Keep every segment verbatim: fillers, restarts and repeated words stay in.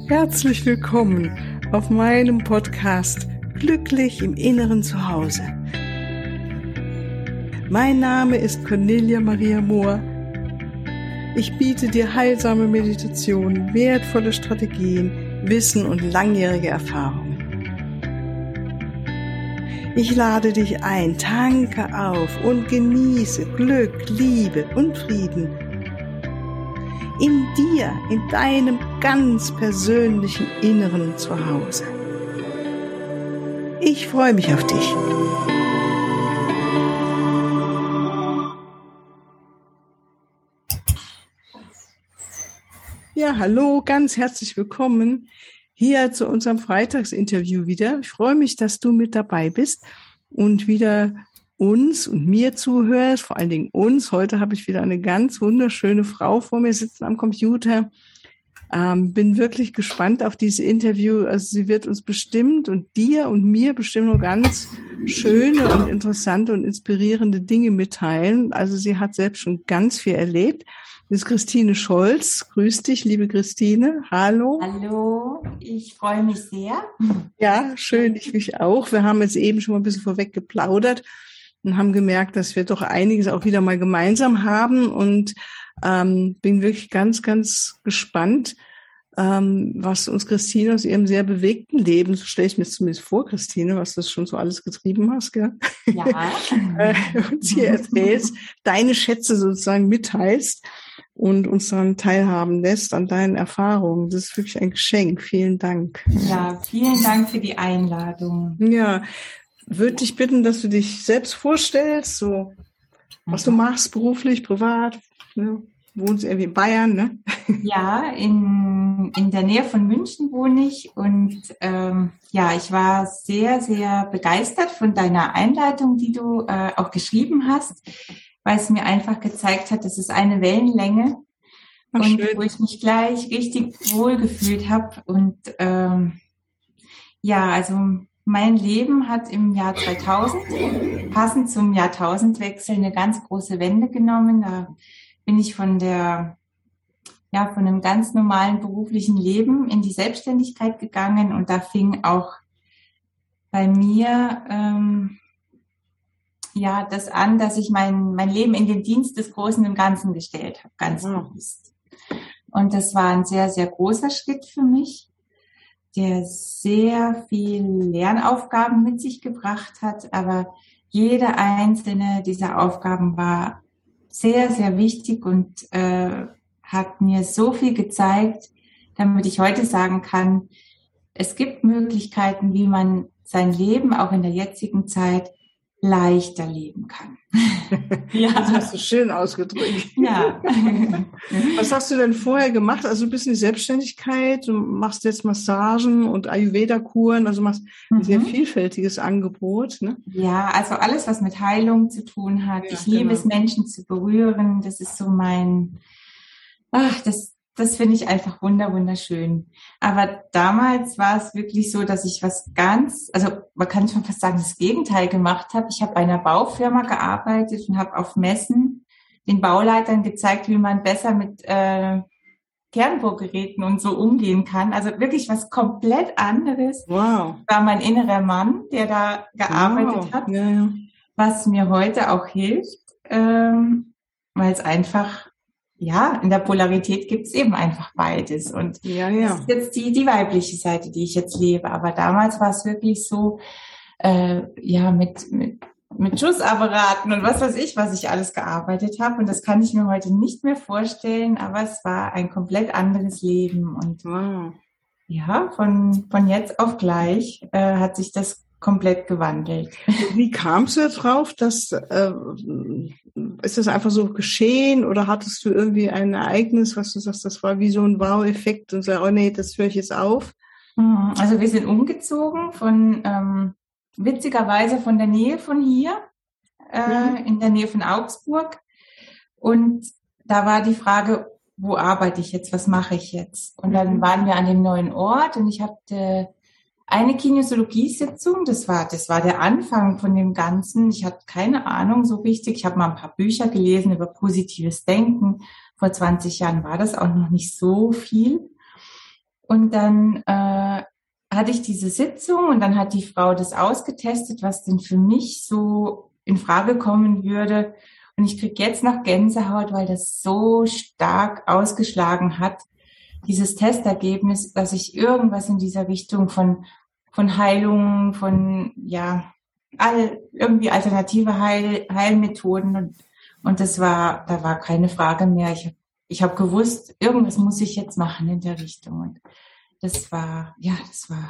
Herzlich willkommen auf meinem Podcast Glücklich im Inneren Zuhause. Mein Name ist Cornelia Maria Mohr. Ich biete dir heilsame Meditationen, wertvolle Strategien, Wissen und langjährige Erfahrungen. Ich lade dich ein, tanke auf und genieße Glück, Liebe und Frieden. In dir, in deinem ganz persönlichen Inneren Zuhause. Ich freue mich auf dich. Ja, hallo, ganz herzlich willkommen hier zu unserem Freitagsinterview wieder. Ich freue mich, dass du mit dabei bist und wieder uns und mir zuhörst, vor allen Dingen uns. Heute habe ich wieder eine ganz wunderschöne Frau vor mir sitzen am Computer. Ähm, bin wirklich gespannt auf dieses Interview. Also sie wird uns bestimmt und dir und mir bestimmt noch ganz schöne und interessante und inspirierende Dinge mitteilen. Also sie hat selbst schon ganz viel erlebt. Das ist Christine Scholz. Grüß dich, liebe Christine. Hallo. Hallo, ich freue mich sehr. Ja, schön, ich mich auch. Wir haben jetzt eben schon mal ein bisschen vorweg geplaudert und haben gemerkt, dass wir doch einiges auch wieder mal gemeinsam haben und ähm, bin wirklich ganz, ganz gespannt, ähm, was uns Christine aus ihrem sehr bewegten Leben, so stelle ich mir zumindest vor, Christine, was du schon so alles getrieben hast, gell? Ja. Und sie erzählst, deine Schätze sozusagen mitteilst und uns daran teilhaben lässt an deinen Erfahrungen. Das ist wirklich ein Geschenk. Vielen Dank. Ja, vielen Dank für die Einladung. Ja, würde dich bitten, dass du dich selbst vorstellst, so was du machst, beruflich, privat, ne? Wohnst irgendwie in Bayern, ne? Ja, in, in der Nähe von München wohne ich und ähm, ja, ich war sehr, sehr begeistert von deiner Einleitung, die du äh, auch geschrieben hast, weil es mir einfach gezeigt hat, das ist eine Wellenlänge. Ach, und schön. Wo ich mich gleich richtig wohl gefühlt habe. Und ähm, ja, also mein Leben hat im Jahr zweitausend, passend zum Jahrtausendwechsel, eine ganz große Wende genommen. Da bin ich von der, ja, von einem ganz normalen beruflichen Leben in die Selbstständigkeit gegangen und da fing auch bei mir ähm, ja das an, dass ich mein mein Leben in den Dienst des Großen und Ganzen gestellt habe, ganz ja. bewusst. Und das war ein sehr, sehr großer Schritt für mich, der sehr viel Lernaufgaben mit sich gebracht hat, aber jede einzelne dieser Aufgaben war sehr, sehr wichtig und äh, hat mir so viel gezeigt, damit ich heute sagen kann, es gibt Möglichkeiten, wie man sein Leben auch in der jetzigen Zeit leichter leben kann. Ja. Das hast du schön ausgedrückt. Ja. Was hast du denn vorher gemacht? Also du bist in die Selbstständigkeit, du machst jetzt Massagen und Ayurveda-Kuren, also machst ein mhm. sehr vielfältiges Angebot, ne? Ja, also alles, was mit Heilung zu tun hat. Ja, ich liebe genau. es, Menschen zu berühren. Das ist so mein, ach, das Das finde ich einfach wunder, wunderschön. Aber damals war es wirklich so, dass ich was ganz, also man kann schon fast sagen, das Gegenteil gemacht habe. Ich habe bei einer Baufirma gearbeitet und habe auf Messen den Bauleitern gezeigt, wie man besser mit äh, Kernbohrgeräten und so umgehen kann. Also wirklich was komplett anderes. Wow. War mein innerer Mann, der da gearbeitet wow. hat, ja, ja. was mir heute auch hilft, ähm, weil es einfach ja, in der Polarität gibt es eben einfach beides. Und ja, ja. das ist jetzt die, die weibliche Seite, die ich jetzt lebe. Aber damals war es wirklich so, äh, ja, mit, mit, mit Schussapparaten und was weiß ich, was ich alles gearbeitet habe. Und das kann ich mir heute nicht mehr vorstellen. Aber es war ein komplett anderes Leben. Und wow. ja, von, von jetzt auf gleich äh, hat sich das komplett gewandelt. Wie kamst du da drauf? Dass, äh, ist das einfach so geschehen oder hattest du irgendwie ein Ereignis, was du sagst, das war wie so ein Wow-Effekt und sagst, oh nee, das höre ich jetzt auf? Also wir sind umgezogen von, ähm, witzigerweise von der Nähe von hier, äh, mhm. in der Nähe von Augsburg. Und da war die Frage, wo arbeite ich jetzt, was mache ich jetzt? Und dann waren wir an dem neuen Ort und ich hatte eine Kinesiologie-Sitzung, das war, das war der Anfang von dem Ganzen. Ich hatte keine Ahnung so richtig. Ich habe mal ein paar Bücher gelesen über positives Denken. Vor zwanzig Jahren war das auch noch nicht so viel. Und dann äh, hatte ich diese Sitzung und dann hat die Frau das ausgetestet, was denn für mich so in Frage kommen würde. Und ich kriege jetzt noch Gänsehaut, weil das so stark ausgeschlagen hat, dieses Testergebnis, dass ich irgendwas in dieser Richtung von von Heilung, von ja all irgendwie alternative Heil, Heilmethoden und und das war, da war keine Frage mehr. Ich habe ich habe gewusst, irgendwas muss ich jetzt machen in der Richtung. Und das war, ja, das war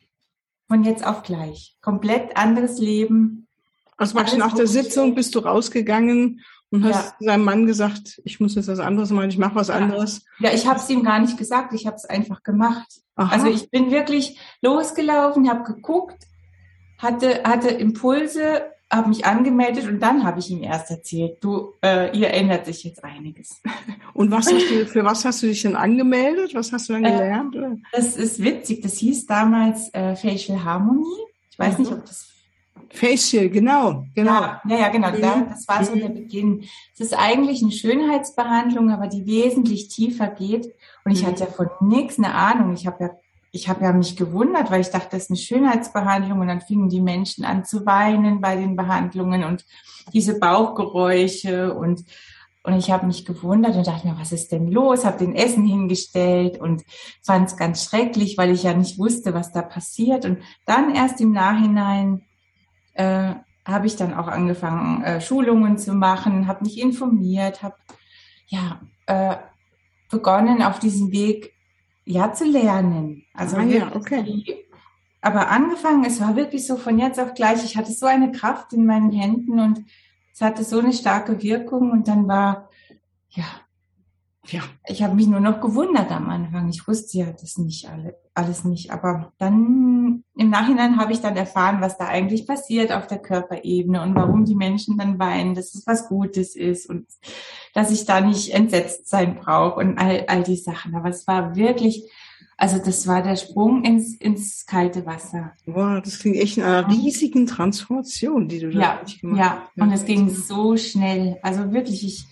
von jetzt auf gleich. Komplett anderes Leben. Also praktisch nach der Sitzung bist du rausgegangen und hast ja. deinem Mann gesagt, ich muss jetzt was anderes machen, ich mache was ja. anderes. Ja, ich habe es ihm gar nicht gesagt, ich habe es einfach gemacht. Aha. Also ich bin wirklich losgelaufen, habe geguckt, hatte hatte Impulse, habe mich angemeldet und dann habe ich ihm erst erzählt, du, äh, hier ändert sich jetzt einiges. Und was hast du, für was hast du dich denn angemeldet? Was hast du dann gelernt? Äh, das ist witzig, das hieß damals äh, Facial Harmony. Ich weiß mhm. nicht, ob das... Facial, genau, genau. Ja, ja, ja genau, mhm. da, das war so der Beginn. Es ist eigentlich eine Schönheitsbehandlung, aber die wesentlich tiefer geht. Und ich mhm. hatte ja von nichts eine Ahnung. Ich habe ja Ich habe ja mich gewundert, weil ich dachte, das ist eine Schönheitsbehandlung und dann fingen die Menschen an zu weinen bei den Behandlungen und diese Bauchgeräusche und und ich habe mich gewundert und dachte mir, was ist denn los? Habe den Essen hingestellt und fand es ganz schrecklich, weil ich ja nicht wusste, was da passiert. Und dann erst im Nachhinein äh, habe ich dann auch angefangen, äh, Schulungen zu machen, habe mich informiert, habe ja äh, begonnen auf diesem Weg ja zu lernen. Also ah, ja, okay. Die, aber angefangen, es war wirklich so von jetzt auf gleich. Ich hatte so eine Kraft in meinen Händen und es hatte so eine starke Wirkung und dann war, ja, ja, ich habe mich nur noch gewundert am Anfang. Ich wusste ja das nicht alle, alles nicht. Aber dann im Nachhinein habe ich dann erfahren, was da eigentlich passiert auf der Körperebene und warum die Menschen dann weinen, dass es was Gutes ist und dass ich da nicht entsetzt sein brauche und all, all die Sachen. Aber es war wirklich, also das war der Sprung ins, ins kalte Wasser. Wow, das klingt echt eine riesigen Transformation, die du da ja, gemacht ja. hast. Ja, und es ging so schnell. Also wirklich, ich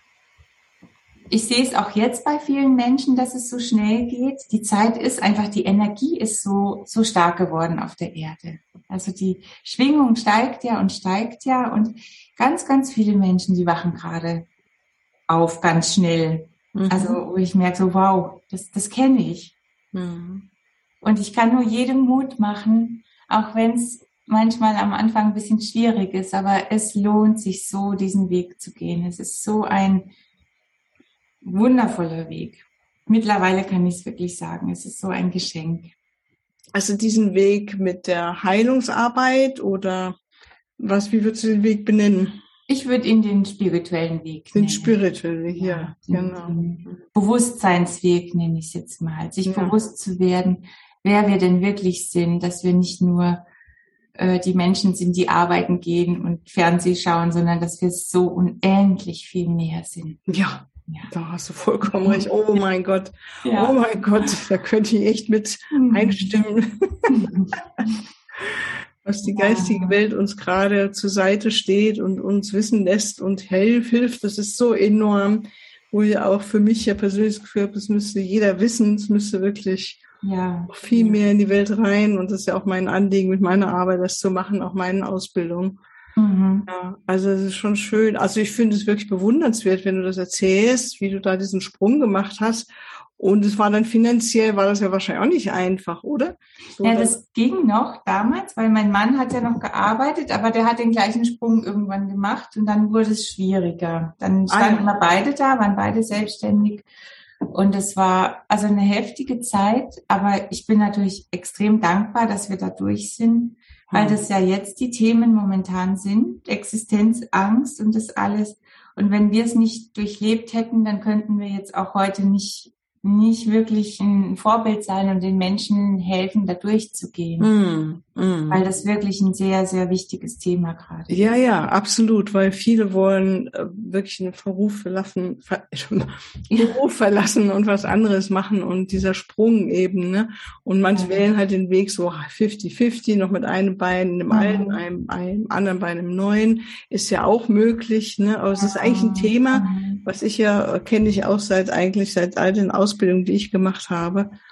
Ich sehe es auch jetzt bei vielen Menschen, dass es so schnell geht. Die Zeit ist einfach, die Energie ist so, so stark geworden auf der Erde. Also die Schwingung steigt ja und steigt ja und ganz, ganz viele Menschen, die wachen gerade auf ganz schnell. Mhm. Also wo ich merke so, wow, das, das kenne ich. Mhm. Und ich kann nur jedem Mut machen, auch wenn es manchmal am Anfang ein bisschen schwierig ist, aber es lohnt sich so, diesen Weg zu gehen. Es ist so ein wundervoller Weg. Mittlerweile kann ich es wirklich sagen, es ist so ein Geschenk. Also diesen Weg mit der Heilungsarbeit oder was, wie würdest du den Weg benennen? Ich würde ihn den spirituellen Weg nennen. Den spirituellen Weg, ja, ja den, genau. Den Bewusstseinsweg nenne ich es jetzt mal. Sich ja. bewusst zu werden, wer wir denn wirklich sind, dass wir nicht nur äh, die Menschen sind, die arbeiten gehen und Fernsehen schauen, sondern dass wir so unendlich viel mehr sind. Ja. Ja. Da hast du vollkommen recht. Oh mein Gott. Ja. Oh mein Gott. Da könnte ich echt mit einstimmen. Was die geistige Welt uns gerade zur Seite steht und uns wissen lässt und hilft, das ist so enorm. Wo ja auch für mich ja persönlich das Gefühl habe, das müsste jeder wissen. Es müsste wirklich ja. viel ja. mehr in die Welt rein. Und das ist ja auch mein Anliegen mit meiner Arbeit, das zu machen, auch meine Ausbildung. Mhm. Ja, also es ist schon schön. Also ich finde es wirklich bewundernswert, wenn du das erzählst, wie du da diesen Sprung gemacht hast. Und es war dann finanziell, war das ja wahrscheinlich auch nicht einfach, oder? So, ja, das ging noch damals, weil mein Mann hat ja noch gearbeitet, aber der hat den gleichen Sprung irgendwann gemacht und dann wurde es schwieriger. Dann standen ah, ja. wir beide da, waren beide selbstständig. Und es war also eine heftige Zeit, aber ich bin natürlich extrem dankbar, dass wir da durch sind. Weil das ja jetzt die Themen momentan sind, Existenzangst und das alles. Und wenn wir es nicht durchlebt hätten, dann könnten wir jetzt auch heute nicht nicht wirklich ein Vorbild sein und den Menschen helfen, da durchzugehen. Mm, mm. Weil das wirklich ein sehr, sehr wichtiges Thema gerade ist. Ja, ja, absolut, weil viele wollen äh, wirklich einen Beruf verlassen, ver- Beruf verlassen und was anderes machen und dieser Sprung eben, ne? Und manche ja. wählen halt den Weg so fifty fifty, noch mit einem Bein in dem mhm. alten, einem, einem anderen Bein im neuen, ist ja auch möglich, ne? Aber es ist eigentlich ein Thema, mhm. was ich ja kenne ich auch seit eigentlich seit all den Ausbildungen, die ich gemacht habe.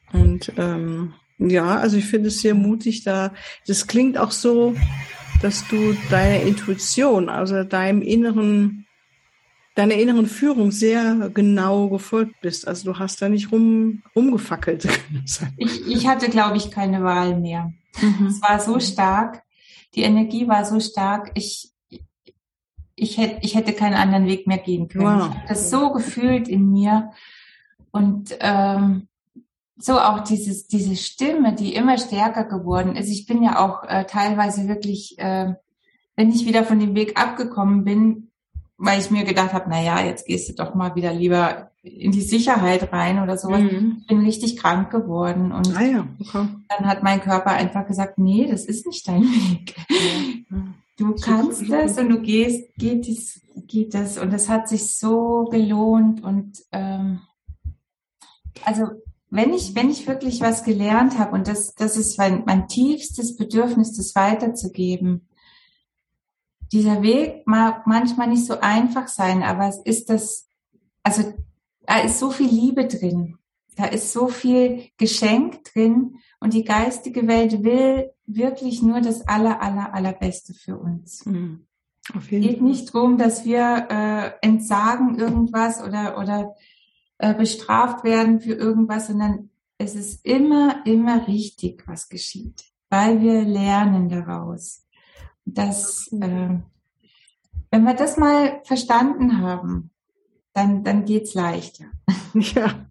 Und ähm, ja, also ich finde es sehr mutig da. Das klingt auch so, dass du deiner Intuition, also deinem inneren, deiner inneren Führung sehr genau gefolgt bist. Also du hast da nicht rum, rumgefackelt. Ich, ich hatte, glaube ich, keine Wahl mehr. Mhm. Es war so stark. Die Energie war so stark. Ich, ich hätte, ich hätte keinen anderen Weg mehr gehen können. Wow. Ich habe das so gefühlt in mir. Und ähm, so auch dieses, diese Stimme, die immer stärker geworden ist. Ich bin ja auch äh, teilweise wirklich, äh, wenn ich wieder von dem Weg abgekommen bin, weil ich mir gedacht habe, na ja, jetzt gehst du doch mal wieder lieber in die Sicherheit rein oder sowas. Mhm. Ich bin richtig krank geworden und ah ja, okay. Dann hat mein Körper einfach gesagt, nee, das ist nicht dein Weg. Ja. Du kannst das und du gehst, geht es, geht das und das hat sich so gelohnt und ähm, also wenn ich, wenn ich wirklich was gelernt habe und das, das ist mein, mein tiefstes Bedürfnis, das weiterzugeben. Dieser Weg mag manchmal nicht so einfach sein, aber es ist das, also da ist so viel Liebe drin, da ist so viel Geschenk drin und die geistige Welt will wirklich nur das aller, aller, allerbeste für uns. Mhm. Auf jeden Fall. Es geht nicht darum, dass wir äh, entsagen irgendwas oder, oder äh, bestraft werden für irgendwas, sondern es ist immer, immer richtig, was geschieht, weil wir lernen daraus. Dass, äh, wenn wir das mal verstanden haben, dann, dann geht's leichter. Ja.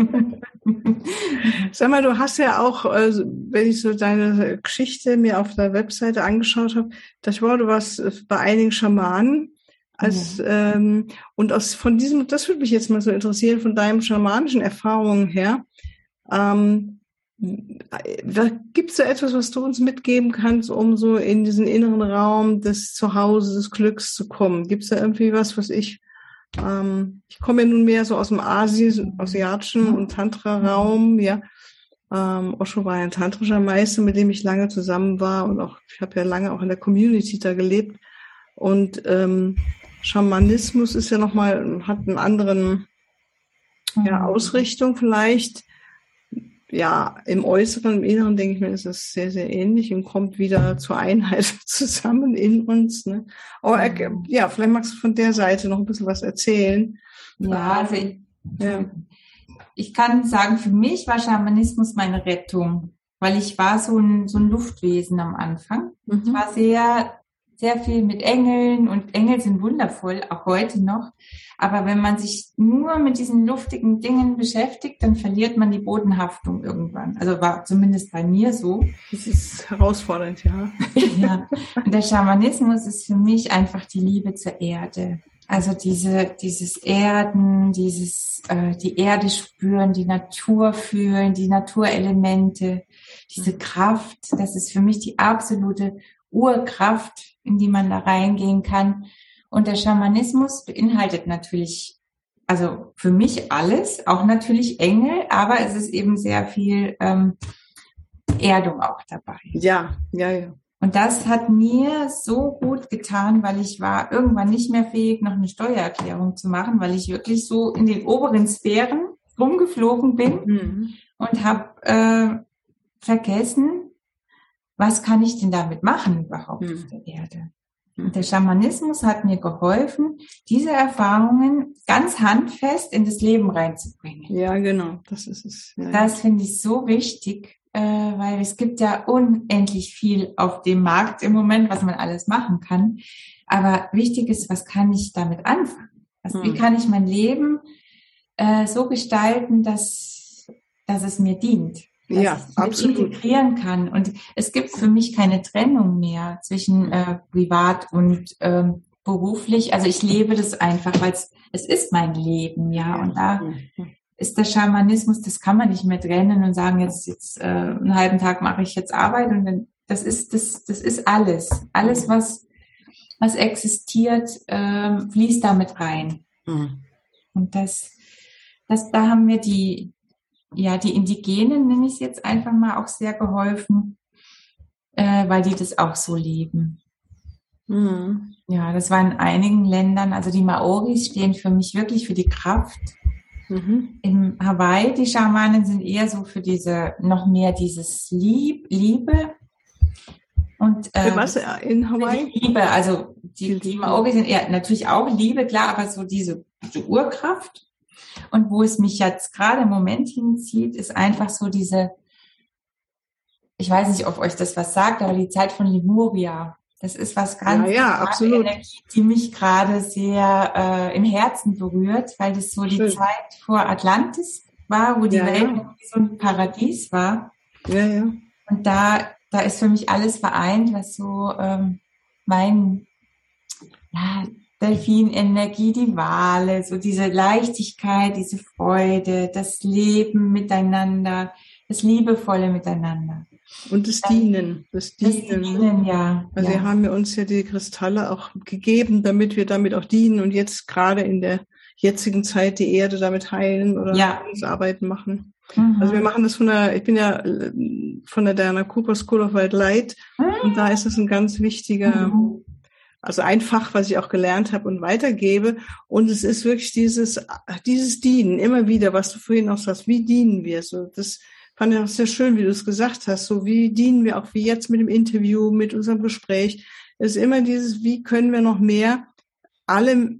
Sag mal, du hast ja auch, also, wenn ich so deine Geschichte mir auf der Webseite angeschaut habe, das war, du warst bei einigen Schamanen. Als, ja. ähm, und aus, von diesem, das würde mich jetzt mal so interessieren, von deinen schamanischen Erfahrungen her, ähm, da gibt's so etwas, was du uns mitgeben kannst, um so in diesen inneren Raum des Zuhause, des Glücks zu kommen? Gibt's da irgendwie was, was ich, ähm, ich komme ja nun mehr so aus dem Asi, asiatischen und Tantra-Raum, ja. Ähm, Osho war ein tantrischer Meister, mit dem ich lange zusammen war und auch, ich habe ja lange auch in der Community da gelebt. Und ähm, Schamanismus ist ja nochmal, hat einen anderen ja, Ausrichtung vielleicht. Ja, im Äußeren, im Inneren, denke ich mir, ist das sehr, sehr ähnlich und kommt wieder zur Einheit zusammen in uns. Ne? Aber ja, vielleicht magst du von der Seite noch ein bisschen was erzählen. Ja, also ich, ja. ich kann sagen, für mich war Schamanismus meine Rettung, weil ich war so ein, so ein Luftwesen am Anfang. Mhm. Ich war sehr, sehr viel mit Engeln und Engel sind wundervoll, auch heute noch. Aber wenn man sich nur mit diesen luftigen Dingen beschäftigt, dann verliert man die Bodenhaftung irgendwann. Also war zumindest bei mir so. Das ist herausfordernd, ja. Ja. Und der Schamanismus ist für mich einfach die Liebe zur Erde. Also diese, dieses Erden, dieses, äh, die Erde spüren, die Natur fühlen, die Naturelemente, diese Kraft. Das ist für mich die absolute Urkraft, in die man da reingehen kann. Und der Schamanismus beinhaltet natürlich, also für mich alles, auch natürlich Engel, aber es ist eben sehr viel ähm, Erdung auch dabei. Ja, ja, ja. Und das hat mir so gut getan, weil ich war irgendwann nicht mehr fähig, noch eine Steuererklärung zu machen, weil ich wirklich so in den oberen Sphären rumgeflogen bin mhm. und habe äh, vergessen, was kann ich denn damit machen überhaupt mhm. auf der Erde. Und der Schamanismus hat mir geholfen, diese Erfahrungen ganz handfest in das Leben reinzubringen. Ja, genau, das ist es. Ja, das finde ich so wichtig, äh, weil es gibt ja unendlich viel auf dem Markt im Moment, was man alles machen kann. Aber wichtig ist, was kann ich damit anfangen? Also, hm. Wie kann ich mein Leben äh, so gestalten, dass, dass es mir dient? Dass ja, ich absolut. integrieren kann. Und es gibt für mich keine Trennung mehr zwischen äh, privat und äh, beruflich. Also ich lebe das einfach, weil es es ist mein Leben, ja. Und da ist der Schamanismus, das kann man nicht mehr trennen und sagen, jetzt jetzt äh, einen halben Tag mache ich jetzt Arbeit und dann das ist das das ist alles, alles was was existiert, äh, fließt damit rein. Mhm. Und das das da haben wir die Ja, die Indigenen, nenne ich es jetzt einfach mal, auch sehr geholfen, äh, weil die das auch so leben. Mhm. Ja, das war in einigen Ländern, also die Maoris stehen für mich wirklich für die Kraft. Mhm. In Hawaii, die Schamanen sind eher so für diese, noch mehr dieses Lieb, Liebe. Und, äh, für was in Hawaii? Liebe, also die, die Maori sind eher natürlich auch Liebe, klar, aber so diese, diese Urkraft. Und wo es mich jetzt gerade im Moment hinzieht, ist einfach so diese, ich weiß nicht, ob euch das was sagt, aber die Zeit von Lemuria. Das ist was ganz, ja, ja, absolut. Energie, die mich gerade sehr äh, im Herzen berührt, weil das so Schön. Die Zeit vor Atlantis war, wo die ja, Welt ja. so ein Paradies war. Ja, ja. Und da, da ist für mich alles vereint, was so ähm, mein ja, Delfinenergie, die Wale, so diese Leichtigkeit, diese Freude, das Leben miteinander, das liebevolle Miteinander. Und das Dienen, das Dienen. Das Dienen, ja. Also ja. wir haben ja uns ja die Kristalle auch gegeben, damit wir damit auch dienen und jetzt gerade in der jetzigen Zeit die Erde damit heilen oder ja. Arbeiten machen. Mhm. Also wir machen das von der, ich bin ja von der Diana Cooper School of White Light mhm. und da ist es ein ganz wichtiger, mhm. also ein Fach, was ich auch gelernt habe und weitergebe. Und es ist wirklich dieses, dieses Dienen immer wieder, was du vorhin auch sagst, wie dienen wir so, das fand ich auch sehr schön, wie du es gesagt hast. So, wie dienen wir auch, wie jetzt mit dem Interview, mit unserem Gespräch. Es ist immer dieses, wie können wir noch mehr alle,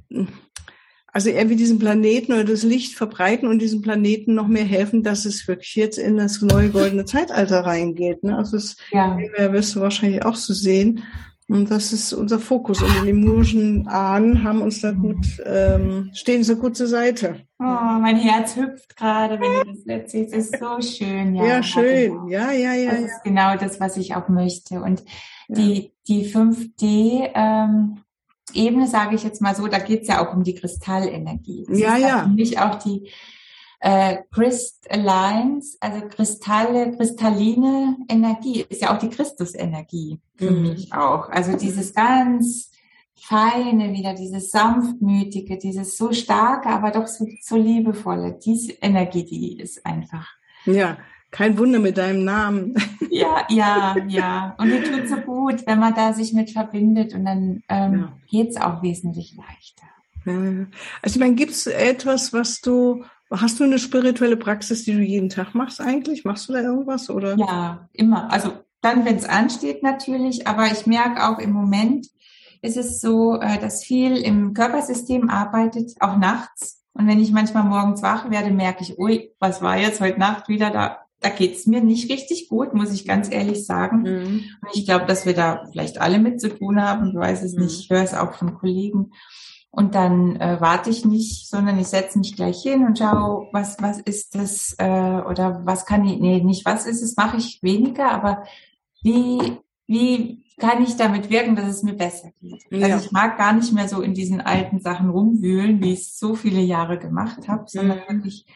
also irgendwie diesen Planeten oder das Licht verbreiten und diesem Planeten noch mehr helfen, dass es wirklich jetzt in das neue goldene Zeitalter reingeht. Ne? Also das ja. wirst du wahrscheinlich auch so sehen. Und das ist unser Fokus. Und die lemurischen Ahnen haben uns da gut, ähm, stehen so gut zur Seite. Oh, mein Herz hüpft gerade, wenn du das erzählst. Das ist so schön. Ja, ja schön. Genau. Ja, ja, ja. Das ja. ist genau das, was ich auch möchte. Und ja. die, die fünf D, ähm, Ebene, sage ich jetzt mal so, da geht's ja auch um die Kristallenergie. Das ja, ist ja. Für mich auch die äh, Crystallines, also Kristalle, kristalline Energie, ist ja auch die Christusenergie für mhm. mich auch. Also dieses ganz Feine wieder, dieses Sanftmütige, dieses so starke, aber doch so, so liebevolle, diese Energie, die ist einfach. Ja, kein Wunder mit deinem Namen. Ja, ja, ja. Und die tut so gut, wenn man da sich mit verbindet und dann ähm, ja. geht's auch wesentlich leichter. Ja. Also ich meine, gibt's etwas, was du, hast du eine spirituelle Praxis, die du jeden Tag machst eigentlich? Machst du da irgendwas, oder? Ja, immer. Also dann, wenn es ansteht natürlich, aber ich merke auch im Moment ist es so, dass viel im Körpersystem arbeitet, auch nachts. Und wenn ich manchmal morgens wach werde, merke ich, ui, was war jetzt heute Nacht wieder da? Da geht's mir nicht richtig gut, muss ich ganz ehrlich sagen. Mhm. Und ich glaube, dass wir da vielleicht alle mit zu tun haben. Ich weiß es mhm. nicht, ich höre es auch von Kollegen. Und dann äh, warte ich nicht, sondern ich setze mich gleich hin und schaue, was was ist das äh, oder was kann ich, nee, nicht was ist es, mache ich weniger, aber wie wie kann ich damit wirken, dass es mir besser geht? Ja. Also ich mag gar nicht mehr so in diesen alten Sachen rumwühlen, wie ich es so viele Jahre gemacht habe, sondern mhm. wirklich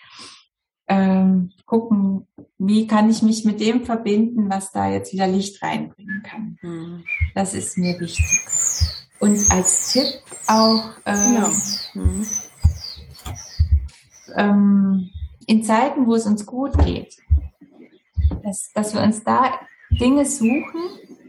ähm, gucken, wie kann ich mich mit dem verbinden, was da jetzt wieder Licht reinbringen kann. Mhm. Das ist mir wichtig. Und als Tipp auch ähm, ja. mhm. ähm, in Zeiten, wo es uns gut geht, dass, dass wir uns da Dinge suchen,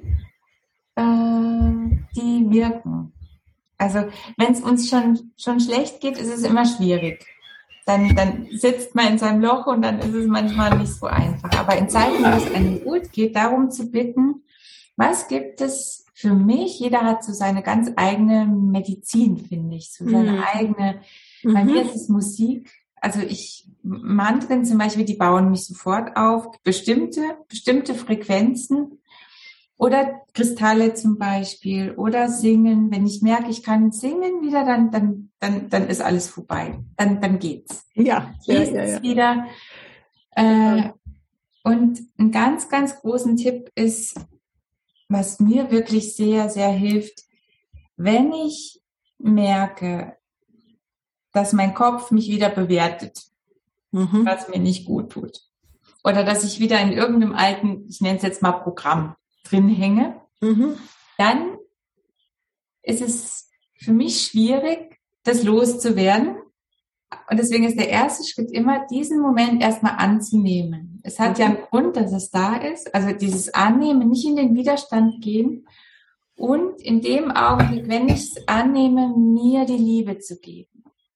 äh, die wirken. Also wenn es uns schon schon schlecht geht, ist es immer schwierig. Dann, dann sitzt man in seinem Loch und dann ist es manchmal nicht so einfach. Aber in Zeiten, wo es einem gut geht, darum zu bitten, was gibt es für mich? Jeder hat so seine ganz eigene Medizin, finde ich, so seine mhm. eigene. Mhm. Bei mir ist es Musik. Also ich, Mantren zum Beispiel, die bauen mich sofort auf. Bestimmte, bestimmte Frequenzen. Oder Kristalle zum Beispiel. Oder Singen. Wenn ich merke, ich kann singen wieder, dann, dann, dann, dann ist alles vorbei. Dann, dann geht's. Ja, ja, ja, ja. wieder. Äh, und einen ganz, ganz großen Tipp ist, was mir wirklich sehr, sehr hilft, wenn ich merke, dass mein Kopf mich wieder bewertet, mhm. was mir nicht gut tut. Oder dass ich wieder in irgendeinem alten, ich nenne es jetzt mal Programm, drin hänge, mhm. dann ist es für mich schwierig, das loszuwerden. Und deswegen ist der erste Schritt immer, diesen Moment erstmal anzunehmen. Es hat mhm. ja einen Grund, dass es da ist. Also dieses Annehmen, nicht in den Widerstand gehen und in dem Augenblick, wenn ich es annehme, mir die Liebe zu geben.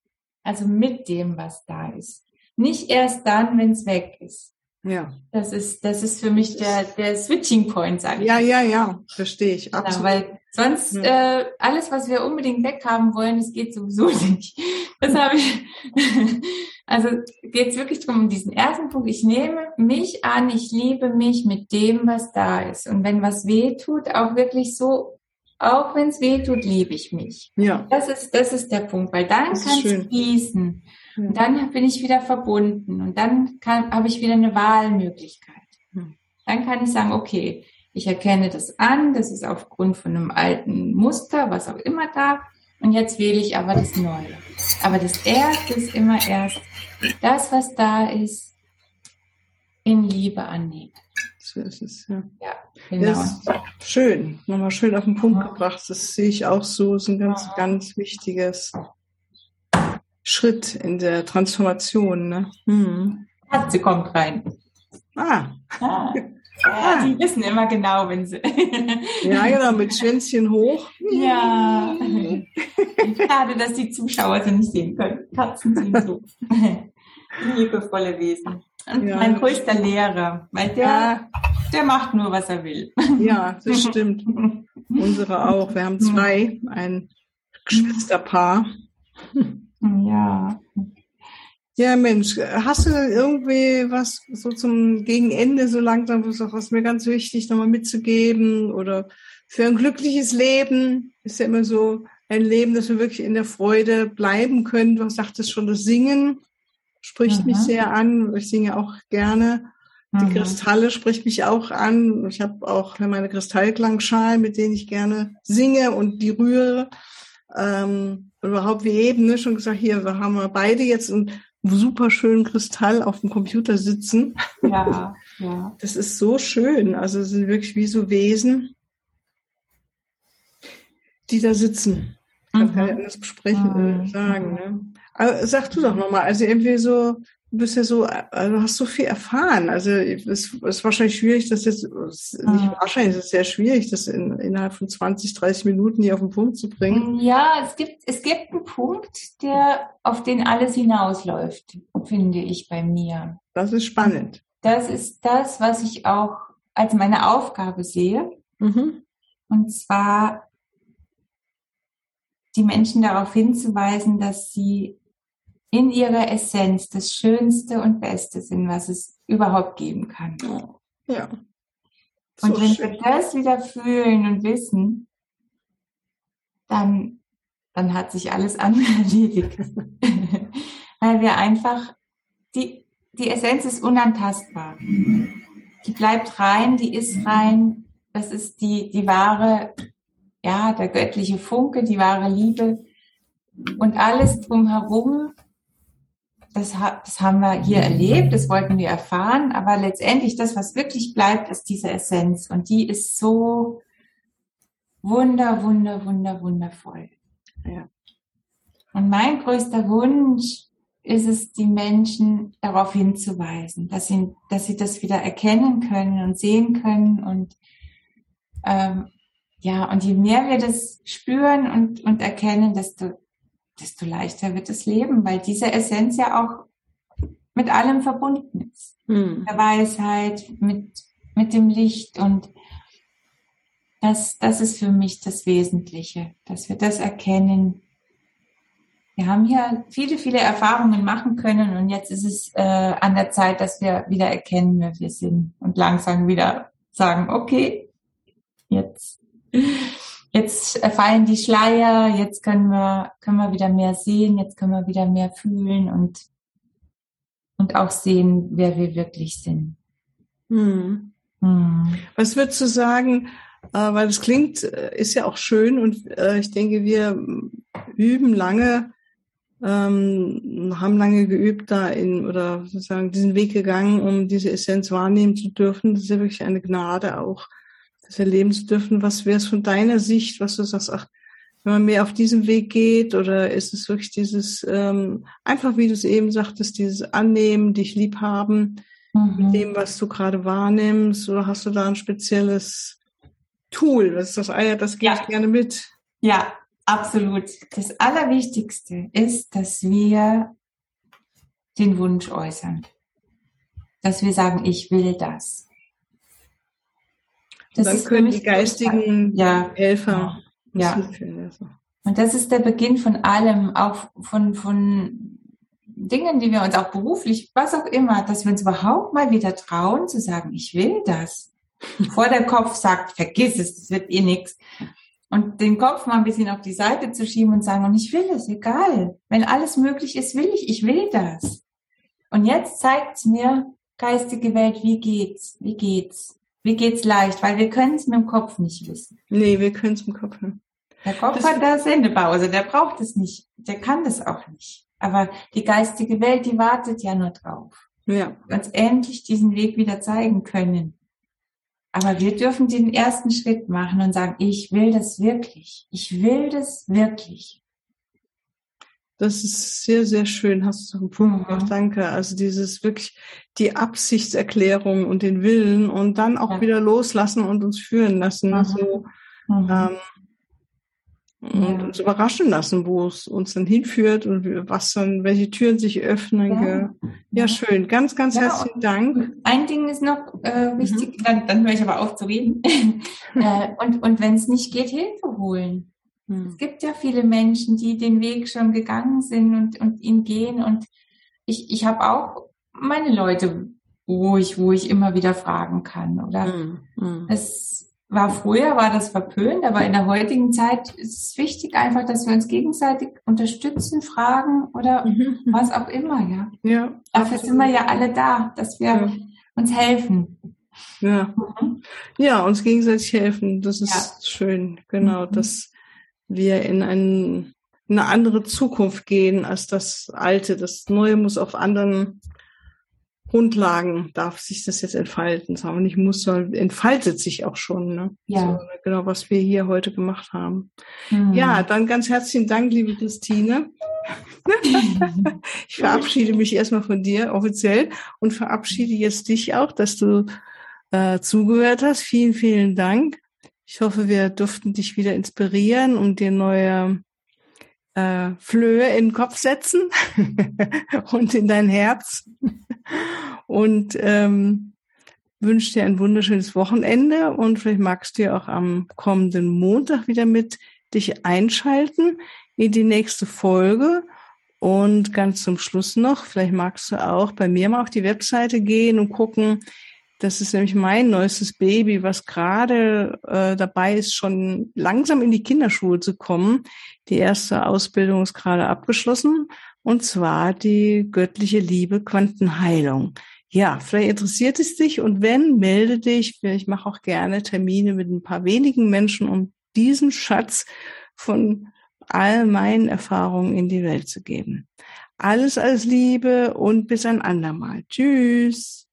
Also mit dem, was da ist. Nicht erst dann, wenn es weg ist. Ja. Das ist, das ist für mich der, der Switching Point, sage ich. Ja, ja, ja, verstehe ich. Genau, Absolut. weil sonst Ja. äh, alles, was wir unbedingt weghaben wollen, das geht sowieso nicht. Das habe ich. Also geht es wirklich darum, um diesen ersten Punkt. Ich nehme mich an, ich liebe mich mit dem, was da ist. Und wenn was weh tut, auch wirklich so, auch wenn es weh tut, liebe ich mich. Ja. Das ist, das ist der Punkt, weil dann Das ist kann schön. es fließen. Ja. Und dann bin ich wieder verbunden und dann kann, habe ich wieder eine Wahlmöglichkeit. Hm. Dann kann ich sagen, okay, ich erkenne das an, das ist aufgrund von einem alten Muster, was auch immer da, und jetzt wähle ich aber das Neue. Aber das Erste ist immer erst das, was da ist, in Liebe annehmen. So ist es, ja. Ja, genau. Das ist schön, nochmal schön auf den Punkt Ja. gebracht. Das sehe ich auch so, ist ein ganz, Ja. ganz wichtiges Schritt in der Transformation. Ne? Hm. Katze kommt rein. Ah, Ah. Ja, die wissen immer genau, wenn sie. ja, genau, mit Schwänzchen hoch. Ja. Schade, dass die Zuschauer sie nicht sehen können. Katzen sind so liebevolle Wesen. Und Ja. mein größter Lehrer, weil der, Ja, der macht nur, was er will. ja, das stimmt. Unsere auch. Wir haben zwei, ein Geschwisterpaar. Ja. Ja, Mensch, hast du denn irgendwie was so zum Gegenende so langsam, wo du sagst, was ist mir ganz wichtig, nochmal mitzugeben oder für ein glückliches Leben ist ja immer so ein Leben, dass wir wirklich in der Freude bleiben können. Du sagtest schon, das Singen spricht Mhm. mich sehr an. Ich singe auch gerne. Die Mhm. Kristalle spricht mich auch an. Ich habe auch meine Kristallklangschalen, mit denen ich gerne singe und die rühre. Ähm, überhaupt wie eben ne, schon gesagt, hier wir haben wir beide jetzt einen super schönen Kristall auf dem Computer sitzen. Ja, ja. Das ist so schön. Also es sind wirklich wie so Wesen, die da sitzen. Kann Mhm. keiner anders besprechen, äh, Mhm. sagen. Ne? Aber sag du doch nochmal, also irgendwie so, du bist ja so, also hast so viel erfahren. Also es ist wahrscheinlich schwierig, das jetzt, nicht Mhm. wahrscheinlich, es ist sehr schwierig, das in, innerhalb von zwanzig, dreißig Minuten hier auf den Punkt zu bringen. Ja, es gibt, es gibt einen Punkt, der, auf den alles hinausläuft, finde ich bei mir. Das ist spannend. Das ist das, was ich auch als meine Aufgabe sehe. Mhm. Und zwar die Menschen darauf hinzuweisen, dass sie in ihrer Essenz das Schönste und Beste sind, was es überhaupt geben kann. Ja. Und So wenn schön. wir das wieder fühlen und wissen, dann, dann hat sich alles andere erledigt. Weil wir einfach, die, die Essenz ist unantastbar. Die bleibt rein, die ist rein. Das ist die, die wahre, ja, der göttliche Funke, die wahre Liebe. Und alles drumherum, das, ha- das haben wir hier erlebt, das wollten wir erfahren, aber letztendlich das, was wirklich bleibt, ist diese Essenz. Und die ist so wunder, wunder, wunder, wundervoll. Ja. Und mein größter Wunsch ist es, die Menschen darauf hinzuweisen, dass sie, dass sie das wieder erkennen können und sehen können. Und ähm, ja, und je mehr wir das spüren und, und erkennen, desto desto leichter wird das Leben, weil diese Essenz ja auch mit allem verbunden ist. Hm. Mit der Weisheit, mit, mit dem Licht, und das, das ist für mich das Wesentliche, dass wir das erkennen. Wir haben hier viele, viele Erfahrungen machen können, und jetzt ist es äh, an der Zeit, dass wir wieder erkennen, wer wir sind, und langsam wieder sagen, okay, jetzt Jetzt fallen die Schleier, jetzt können wir, können wir wieder mehr sehen, jetzt können wir wieder mehr fühlen und, und auch sehen, wer wir wirklich sind. Hm. Hm. Was würdest du sagen, äh, weil das klingt, äh, ist ja auch schön, und äh, ich denke, wir üben lange, ähm, haben lange geübt da in, oder sozusagen diesen Weg gegangen, um diese Essenz wahrnehmen zu dürfen. Das ist ja wirklich eine Gnade auch, das erleben zu dürfen. Was wäre es von deiner Sicht, was du sagst, ach, wenn man mehr auf diesem Weg geht, oder ist es wirklich dieses, ähm, einfach wie du es eben sagtest, dieses Annehmen, dich lieb haben, Mhm. mit dem, was du gerade wahrnimmst, oder hast du da ein spezielles Tool? Das ist das eine, das gebe Ja. ich gerne mit. Ja, Absolut. Das Allerwichtigste ist, dass wir den Wunsch äußern. Dass wir sagen, ich will das. Das dann können die geistigen ja, Helfer ja. ja. Und das ist der Beginn von allem, auch von, von Dingen, die wir uns auch beruflich, was auch immer, dass wir uns überhaupt mal wieder trauen zu sagen, ich will das. Bevor der Kopf sagt, vergiss es, das wird eh nichts. Und den Kopf mal ein bisschen auf die Seite zu schieben und sagen, und ich will es, egal. Wenn alles möglich ist, will ich, ich will das. Und jetzt zeigt's mir, geistige Welt, wie geht's, wie geht's, wie geht's leicht, weil wir können es mit dem Kopf nicht wissen. Nee, wir können es mit dem Kopf nicht. Der Kopf das hat da Sendepause, der braucht es nicht, der kann das auch nicht. Aber die geistige Welt, die wartet ja nur drauf. Ja. Uns endlich diesen Weg wieder zeigen können. Aber wir dürfen den ersten Schritt machen und sagen, ich will das wirklich. Ich will das wirklich. Das ist sehr, sehr schön. Hast du einen Punkt gemacht. Danke. Also dieses wirklich die Absichtserklärung und den Willen und dann auch ja. wieder loslassen und uns führen lassen. Mhm. Also, mhm. ähm, und ja. uns überraschen lassen, wo es uns dann hinführt und was dann, welche Türen sich öffnen. Ja, ja schön. Ganz, ganz ja, herzlichen Dank. Ein Ding ist noch äh, wichtig, mhm. dann, dann höre ich aber auf zu reden. äh, und und wenn es nicht geht, Hilfe holen. Mhm. Es gibt ja viele Menschen, die den Weg schon gegangen sind und, und ihn gehen. Und ich, ich habe auch meine Leute, wo ich, wo ich immer wieder fragen kann. Oder mhm. es war früher, war das verpönt, aber in der heutigen Zeit ist es wichtig einfach, dass wir uns gegenseitig unterstützen, fragen oder mhm. was auch immer, ja. Ja. Dafür sind wir ja alle da, dass wir ja. uns helfen. Ja. Mhm. Ja, uns gegenseitig helfen, das ist ja. schön, genau, mhm. dass wir in ein, eine andere Zukunft gehen als das Alte. Das Neue muss auf anderen Grundlagen darf sich das jetzt entfalten. Sagen wir nicht muss, sondern entfaltet sich auch schon. Ne? Ja. So, genau, was wir hier heute gemacht haben. Mhm. Ja, dann ganz herzlichen Dank, liebe Christine. Ich verabschiede mich erstmal von dir offiziell und verabschiede jetzt dich auch, dass du äh, zugehört hast. Vielen, vielen Dank. Ich hoffe, wir durften dich wieder inspirieren und dir neue äh, Flöhe in den Kopf setzen und in dein Herz. Und ähm, wünsche dir ein wunderschönes Wochenende und vielleicht magst du ja auch am kommenden Montag wieder mit dich einschalten in die nächste Folge. Und ganz zum Schluss noch, vielleicht magst du auch bei mir mal auf die Webseite gehen und gucken. Das ist nämlich mein neuestes Baby, was gerade äh, dabei ist, schon langsam in die Kinderschule zu kommen. Die erste Ausbildung ist gerade abgeschlossen, und zwar die göttliche Liebe Quantenheilung. Ja, vielleicht interessiert es dich, und wenn, melde dich. Ich mache auch gerne Termine mit ein paar wenigen Menschen, um diesen Schatz von all meinen Erfahrungen in die Welt zu geben. Alles, alles Liebe und bis ein andermal. Tschüss.